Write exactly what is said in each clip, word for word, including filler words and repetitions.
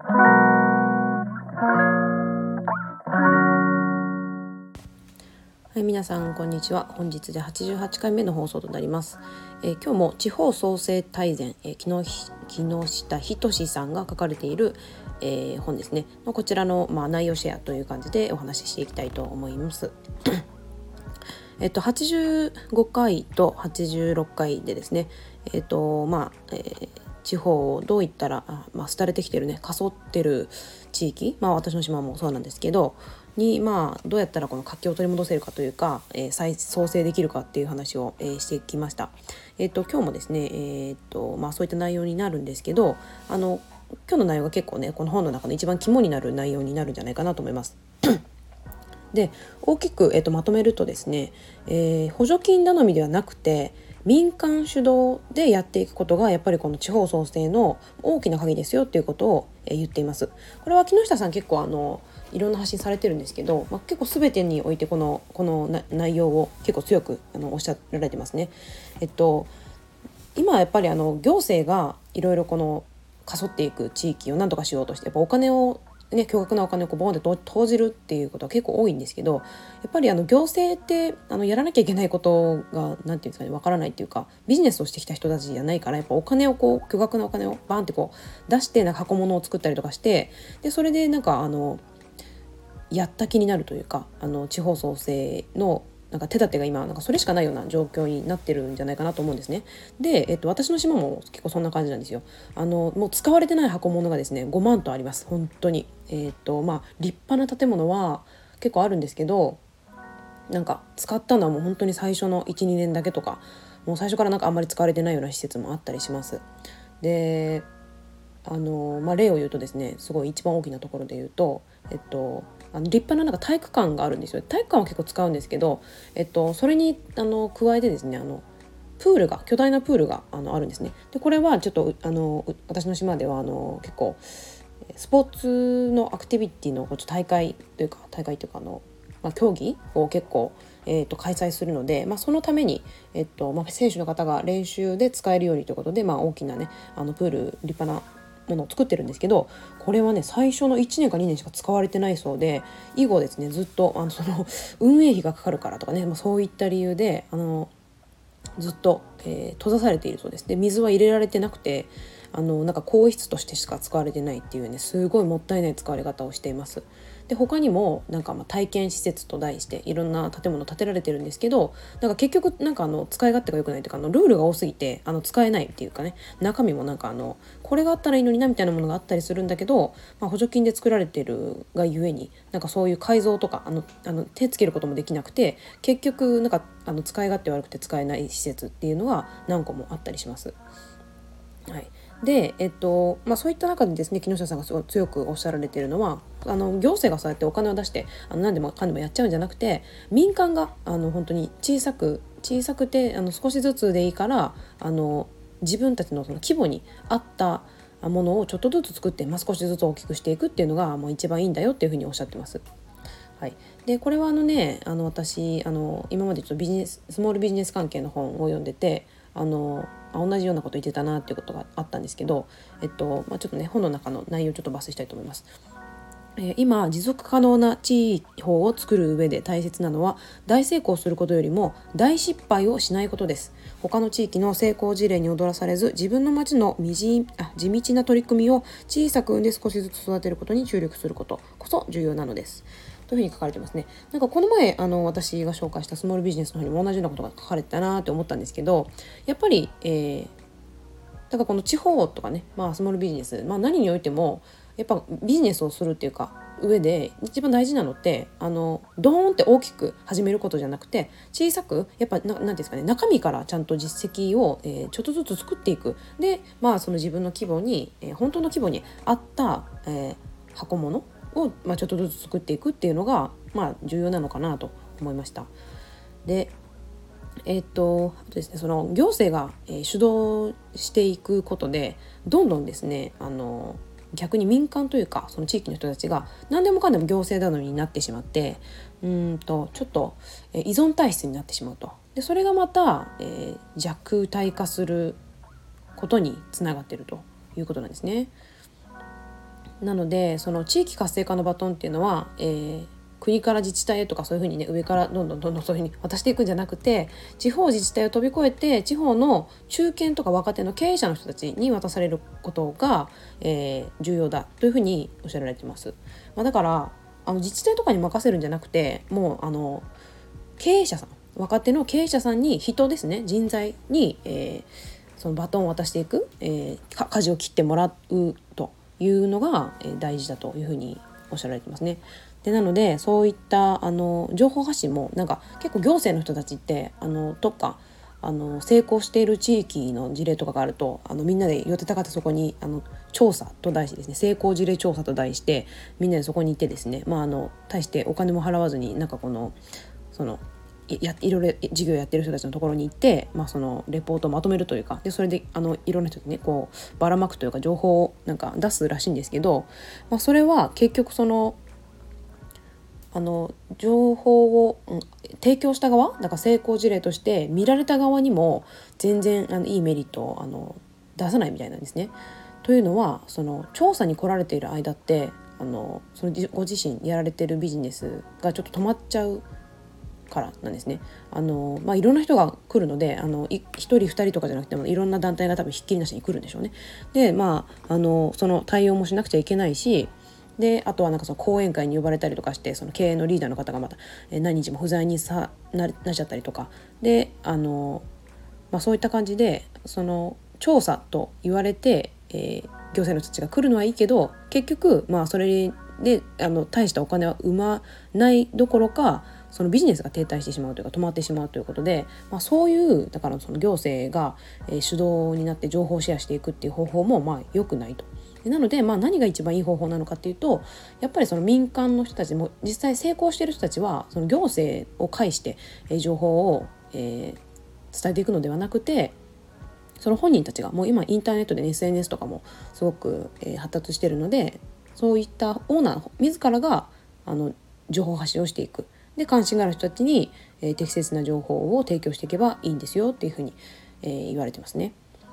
はい、皆さんこんにちは。本日ではちじゅうはちかいめの放送となります。えー、今日も地方創生大全、えー、木下仁さんが書かれている、えー、本ですねのこちらの、まあ、内容シェアという感じでお話ししていきたいと思います。えっと、はちじゅうごかいとはちじゅうろっかいでですね、えっとまあえー、地方をどういったらあ、まあ、廃れてきてるね、過疎ってる地域、まあ、私の島もそうなんですけどに、まあ、どうやったらこの活気を取り戻せるかというか、えー、再創生できるかっていう話を、えー、してきました。えっと今日もですね、えーっとまあ、そういった内容になるんですけど、あの今日の内容が結構ね、この本の中の一番肝になる内容になるんじゃないかなと思います。で大きく、えー、とまとめるとですね、えー補助金頼みではなくて民間主導でやっていくことがやっぱりこの地方創生の大きな鍵ですよっていうことを、えー言っています。これは木下さん結構あのいろんな発信されてるんですけど、まあ、結構全てにおいてこのこのな内容を結構強くあのおっしゃられてますね。えっと今はやっぱりあの行政がいろいろこの過疎っていく地域を何とかしようとしてやっぱお金をね、巨額なお金をこうボンって投じるっていうことは結構多いんですけど、やっぱりあの行政ってあのやらなきゃいけないことがなんていうんですかね、わからないっていうか、ビジネスをしてきた人たちじゃないから、やっぱお金をこう巨額なお金をバンってこう出してなんか箱物を作ったりとかして、でそれでなんかあのやった気になるというか、あの地方創生のなんか手立てが今なんかそれしかないような状況になってるんじゃないかなと思うんですね。で、えっと、私の島も結構そんな感じなんですよ。あのもう使われてない箱物がですねごまんとあります。本当に、えっとまあ、立派な建物は結構あるんですけど、なんか使ったのはもう本当に最初の いち,に 年だけとか、もう最初からなんかあんまり使われてないような施設もあったりします。であの、まあ、例を言うとですね、すごい一番大きなところで言うと、えっと、あの立派ななんか体育館があるんですよ。体育館は結構使うんですけど、えっと、それにあの加えてですね、あのプールが巨大なプールがあのあるんですね。でこれはちょっとあの私の島ではあの結構スポーツのアクティビティの大会というか大会というかあの、まあ、競技を結構、えー、と開催するので、まあ、そのために、えっとまあ、選手の方が練習で使えるようにということで、まあ、大きなねあのプール立派なものを作ってるんですけど、これはね最初のいちねんかにねんしか使われてないそうで、以後ですねずっとあのその運営費がかかるからとかね、まあ、そういった理由であのずっと、えー閉ざされているそうです。で水は入れられてなくて、あのなんか更衣室としてしか使われてないっていうね、すごいもったいない使われ方をしています。で他にもなんかまあ体験施設と題していろんな建物建てられてるんですけど、なんか結局なんかあの使い勝手が良くないというか、あのルールが多すぎてあの使えないっていうかね、中身もなんかあのこれがあったらいいのになみたいなものがあったりするんだけど、まあ、補助金で作られてるがゆえになんかそういう改造とかあのあの手つけることもできなくて、結局なんかあの使い勝手悪くて使えない施設っていうのが何個もあったりします。はい、で、えっとまあ、そういった中でですね、木下さんがすごい強くおっしゃられているのは、あの行政がそうやってお金を出してあの何でもかんでもやっちゃうんじゃなくて、民間があの本当に小さく小さくてあの少しずつでいいから、あの自分たちのその規模に合ったものをちょっとずつ作って、まあ、少しずつ大きくしていくっていうのがもう一番いいんだよっていうふうにおっしゃってます。はい、でこれはあのねあの私あの今までちょっとビジネススモールビジネス関係の本を読んでて、あの同じようなこと言ってたなっていうことがあったんですけど、えっとまあ、ちょっとね本の中の内容をちょっと抜粋したいと思います。えー今持続可能な地方を作る上で大切なのは、大成功することよりも大失敗をしないことです。他の地域の成功事例に踊らされず、自分の町のみじあ地道な取り組みを小さく産んで少しずつ育てることに注力することこそ重要なのです、というふうに書かれてますね。なんかこの前あの私が紹介したスモールビジネスの方にも同じようなことが書かれてたなって思ったんですけど、やっぱり、えー、だからこの地方とかね、まあ、スモールビジネス、まあ、何においてもやっぱビジネスをするっていうか上で一番大事なのって、あのドーンって大きく始めることじゃなくて、小さくやっぱななんていうんですかね、中身からちゃんと実績を、えーちょっとずつ作っていく。でまあその自分の規模に、えー本当の規模に合った、えー箱物を、まあ、ちょっとずつ作っていくっていうのが、まあ、重要なのかなと思いました。でえっとあとですね、その行政が、えー主導していくことでどんどんですね、あの逆に民間というかその地域の人たちが何でもかんでも行政頼みになってしまって、うーんとちょっと、えー依存体質になってしまうと。でそれがまた、えー弱体化することにつながっているということなんですね。 なのでその地域活性化のバトンっていうのは、えー国から自治体へとかそういうふうにね上からどんどんどんどんそういうふうに渡していくんじゃなくて、地方自治体を飛び越えて地方の中堅とか若手の経営者の人たちに渡されることが、えー重要だというふうにおっしゃられています。まあ、だからあの自治体とかに任せるんじゃなくて、もうあの経営者さん、若手の経営者さんに、人ですね、人材に、えーそのバトンを渡していく、えー、か舵を切ってもらうというのが、えー大事だというふうにおっしゃられてますね。でなのでそういったあの情報発信もなんか結構行政の人たちってあのとかあの成功している地域の事例とかがあると、あのみんなで寄ってたかってそこにあの調査と題してですね、成功事例調査と題してみんなでそこに行ってですね、まああの大してお金も払わずになんかこのそのいやいろいろ授業やってる人たちのところに行って、まあ、そのレポートをまとめるというか、でそれであのいろんな人にねこうばらまくというか情報をなんか出すらしいんですけど、まあ、それは結局そのあの情報を、うん、提供した側だから成功事例として見られた側にも全然あのいいメリットをあの出さないみたいなんですね。というのはその調査に来られている間ってあのそのご自身やられてるビジネスがちょっと止まっちゃうからなんですね。あの、まあ、いろんな人が来るので、あのいひとりふたりとかじゃなくてもいろんな団体が多分ひっきりなしに来るんでしょうね。でまああのその対応もしなくちゃいけないし、であとはなんかその講演会に呼ばれたりとかして、その経営のリーダーの方がまた何日も不在にさ な, なっちゃったりとかで、あの、まあ、そういった感じでその調査と言われて、えー、行政の人たちが来るのはいいけど、結局まあそれであの大したお金は生まないどころか、そのビジネスが停滞してしまうというか止まってしまうということで、まあ、そういうだからその行政が、えー、主導になって情報をシェアしていくっていう方法もまあ良くないと。なので、まあ、何が一番いい方法なのかっていうと、やっぱりその民間の人たちも実際成功している人たちはその行政を介して、えー、情報を、えー、伝えていくのではなくて、その本人たちがもう今インターネットで、ね、エスエヌエス とかもすごく、えー、発達しているので、そういったオーナー自らがあの情報発信をしていく。で関心がある人たちに、えー、適切な情報を提供していけばいいんですよっていうふうに、えー、言われてますね。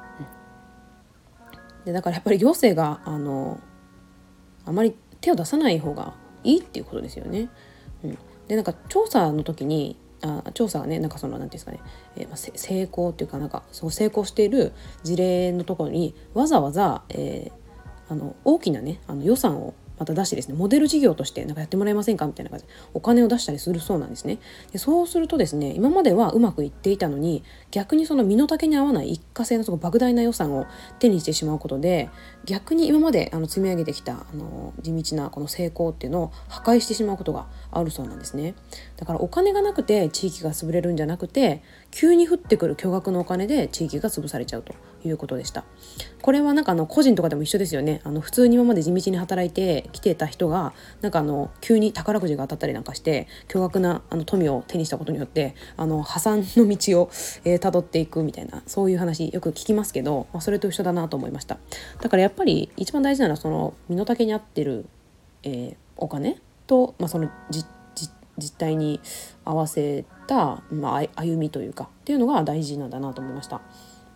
うん、でだからやっぱり行政があのあまり手を出さない方がいいっていうことですよね。うん、でなんか調査の時にあ調査がねなんかその何ていうんですかね、えーまあ、成功っていうかなんかその成功している事例のところにわざわざ、えー、あの大きなねあの予算をまた出してですね、モデル事業としてなんかやってもらえませんかみたいな感じでお金を出したりするそうなんですね。でそうするとですね、今まではうまくいっていたのに、逆にその身の丈に合わない一過性のその莫大な予算を手にしてしまうことで、逆に今まであの積み上げてきたあの地道なこの成功っていうのを破壊してしまうことがあるそうなんですね。だからお金がなくて地域が潰れるんじゃなくて、急に降ってくる巨額のお金で地域が潰されちゃうということでした。これはなんかあの個人とかでも一緒ですよね。あの普通に今まで地道に働いてきてた人がなんかあの急に宝くじが当たったりなんかして巨額なあの富を手にしたことによってあの破産の道を、えー、辿っていくみたいな、そういう話よく聞きますけど、まあ、それと一緒だなと思いました。だからやっぱり一番大事なのはその身の丈に合ってる、えー、お金と、まあ、その実実態に合わせた、まあ、歩みというかっていうのが大事なんだなと思いました。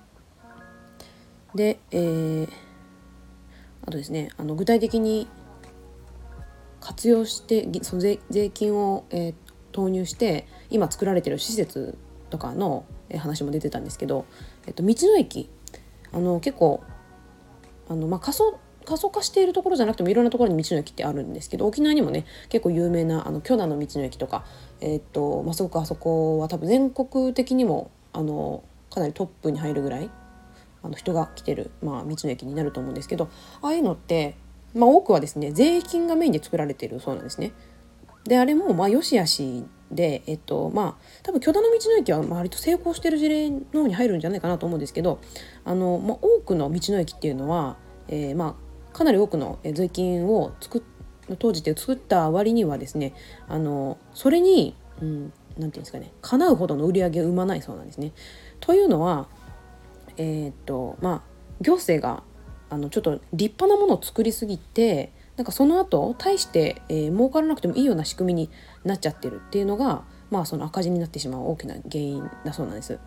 で、えー、あとですね、あの具体的に活用してその 税, 税金を、えー、投入して今作られている施設とかの話も出てたんですけど、えっと、道の駅あの結構あの、まあ、過疎過疎化しているところじゃなくてもいろんなところに道の駅ってあるんですけど、沖縄にもね結構有名なあの許田の道の駅とか、えーっとまあ、すごくあそこは多分全国的にもあのかなりトップに入るぐらいあの人が来てる、まあ、道の駅になると思うんですけど、ああいうのって、まあ、多くはですね税金がメインで作られているそうなんですね。であれもまあよしあしで、えっとまあ、多分許田の道の駅は割と成功している事例の方に入るんじゃないかなと思うんですけど、あの、まあ、多くの道の駅っていうのは、えー、まあかなり多くの税金を作っ当時で作った割にはですね、あのそれに、うん、なんていうんですかね、かなうほどの売り上げを生まないそうなんですね。というのは、えー、っとまあ行政があのちょっと立派なものを作りすぎて、なんかその後大して、えー、儲からなくてもいいような仕組みになっちゃってるっていうのが、まあ、その赤字になってしまう大きな原因だそうなんです。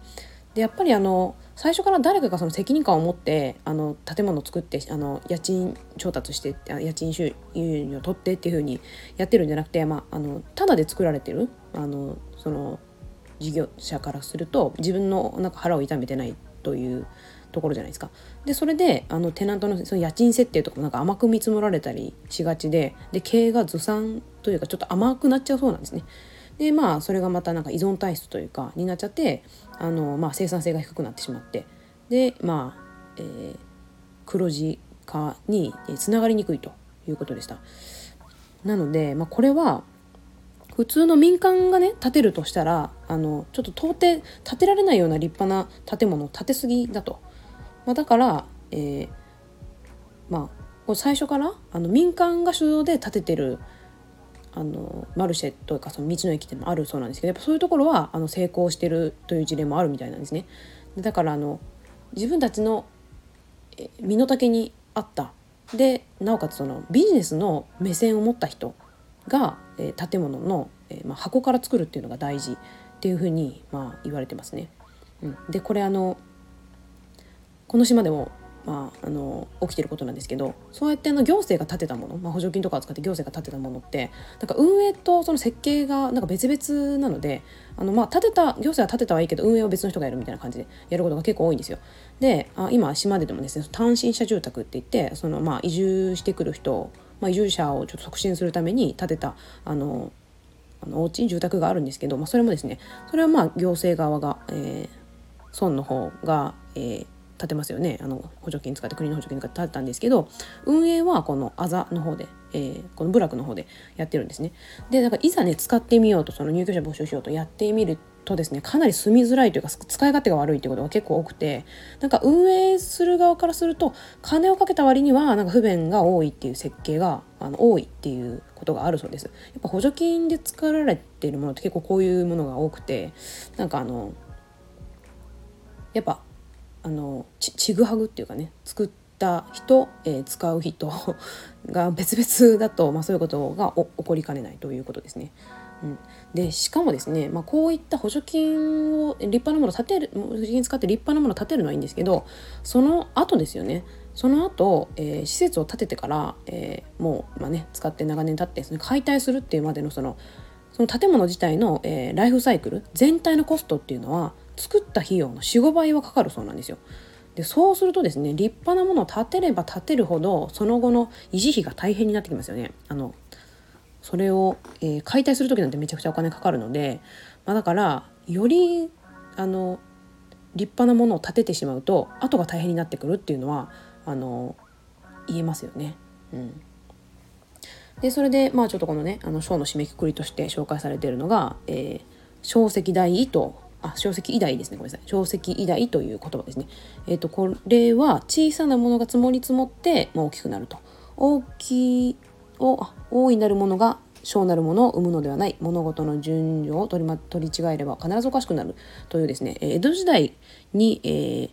でやっぱりあの最初から誰かがその責任感を持ってあの建物を作ってあの家賃調達してあ家賃収入を取ってっていう風にやってるんじゃなくて、まあ、あのただで作られてるあのその事業者からすると自分のなんか腹を痛めてないというところじゃないですか。でそれであのテナントのその家賃設定とかもなんか甘く見積もられたりしがちで、で経営がずさんというかちょっと甘くなっちゃうそうなんですね。でまあそれがまたなんか依存体質というかになっちゃってあの、まあ、生産性が低くなってしまって、でまあ、えー、黒字化につながりにくいということでした。なので、まあ、これは普通の民間がね建てるとしたらあのちょっと到底建てられないような立派な建物を建てすぎだと、まあ、だから、えー、まあこれ最初からあの民間が主導で建ててるあのマルシェというかその道の駅っていうのもあるそうなんですけど、やっぱそういうところはあの成功してるという事例もあるみたいなんですね。だからあの自分たちの身の丈に合ったでなおかつそのビジネスの目線を持った人が、えー、建物の、えーまあ、箱から作るっていうのが大事っていうふうに、まあ、言われてますね。うん、でこれあのこの島でも、まあ、あの起きてることなんですけど、そうやってあの行政が建てたもの、まあ、補助金とかを使って行政が建てたものってなんか運営とその設計がなんか別々なので、あのまあ建てた行政は建てたはいいけど運営は別の人がやるみたいな感じでやることが結構多いんですよ。であ今島ででもですね単身者住宅って言ってそのまあ移住してくる人、まあ、移住者をちょっと促進するために建てたあのあのお家住宅があるんですけど、まあ、それもですねそれはまあ行政側が、えー、村の方が、えー建てますよね。あの補助金使って国の補助金使って建てたんですけど、運営はこのアザの方で、えー、この部落の方でやってるんですね。でだからいざね使ってみようとその入居者募集しようとやってみるとですね、かなり住みづらいというか使い勝手が悪いということが結構多くて、なんか運営する側からすると金をかけた割にはなんか不便が多いっていう設計があの多いっていうことがあるそうです。やっぱ補助金で作られているものって結構こういうものが多くて、なんかあのやっぱあの ち, ちぐはぐっていうかね作った人、えー、使う人が別々だと、まあ、そういうことが起こりかねないということですね。うん、でしかもですね、まあ、こういった補助金を立派なもの建てる補助金使って立派なものを建てるのはいいんですけど、その後ですよね。その後、えー、施設を建ててから、えー、もう、まあね、使って長年経ってですね解体するっていうまでのそのその建物自体の、えー、ライフサイクル全体のコストっていうのは作った費用の よん,ご 倍はかかるそうなんですよ。でそうするとですね立派なものを建てれば建てるほどその後の維持費が大変になってきますよね。あのそれを、えー、解体する時なんてめちゃくちゃお金かかるので、まあ、だからよりあの立派なものを建ててしまうと後が大変になってくるっていうのはあの言えますよね。うんでそれでまあちょっとこのねあの章の締めくくりとして紹介されているのが、えー、小石台とあ小石医大ですねごめんなさい小石医大という言葉ですね。えっ、ー、とこれは小さなものが積もり積もって、まあ、大きくなると大きいを大いなるものが小なるものを生むのではない物事の順序を取り、ま、取り違えれば必ずおかしくなるというですね江戸時代に、えー、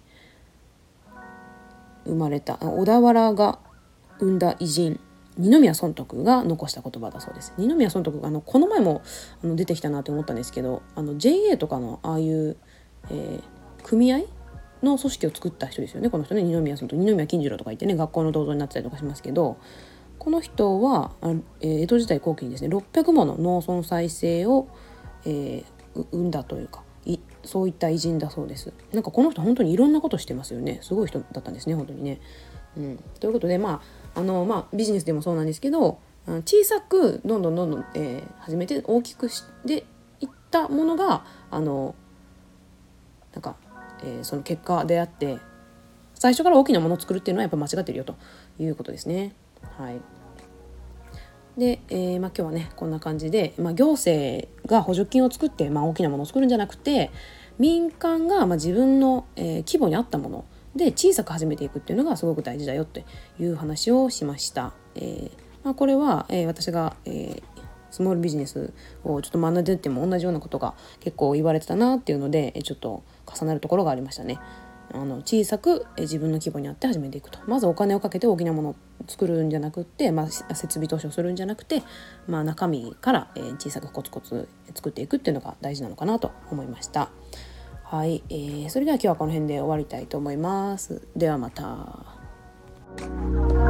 生まれた小田原が生んだ偉人二宮尊徳が残した言葉だそうです。二宮尊徳あのこの前もあの出てきたなと思ったんですけど、あの ジェイエー とかのああいう、えー、組合の組織を作った人ですよね。この人ね二宮尊徳二宮金次郎とか言ってね学校の銅像になってたりとかしますけど、この人はあ、えー、江戸時代後期にですねろっぴゃくもの農村再生を、えー、生んだというかいそういった偉人だそうです。なんかこの人本当にいろんなことしてますよね。すごい人だったんですね本当にね。うん、ということでまああの、まあ、ビジネスでもそうなんですけど小さくどんどんどんどん、えー、始めて大きくしていったものがあのなんか、えー、その結果であって最初から大きなものを作るっていうのはやっぱ間違ってるよということですね。はい。で、えーまあ、今日はねこんな感じで、まあ、行政が補助金を作って、まあ、大きなものを作るんじゃなくて民間が、まあ、自分の、えー、規模に合ったもので小さく始めていくっていうのがすごく大事だよっていう話をしました。えーまあ、これは、えー、私が、えー、スモールビジネスをちょっと学んでても同じようなことが結構言われてたなっていうのでちょっと重なるところがありましたね。あの小さく自分の規模に合って始めていくと、まずお金をかけて大きなものを作るんじゃなくって、まあ、設備投資をするんじゃなくて、まあ、中身から小さくコツコツ作っていくっていうのが大事なのかなと思いました。 はい、えー、それでは今日はこの辺で終わりたいと思います。ではまた。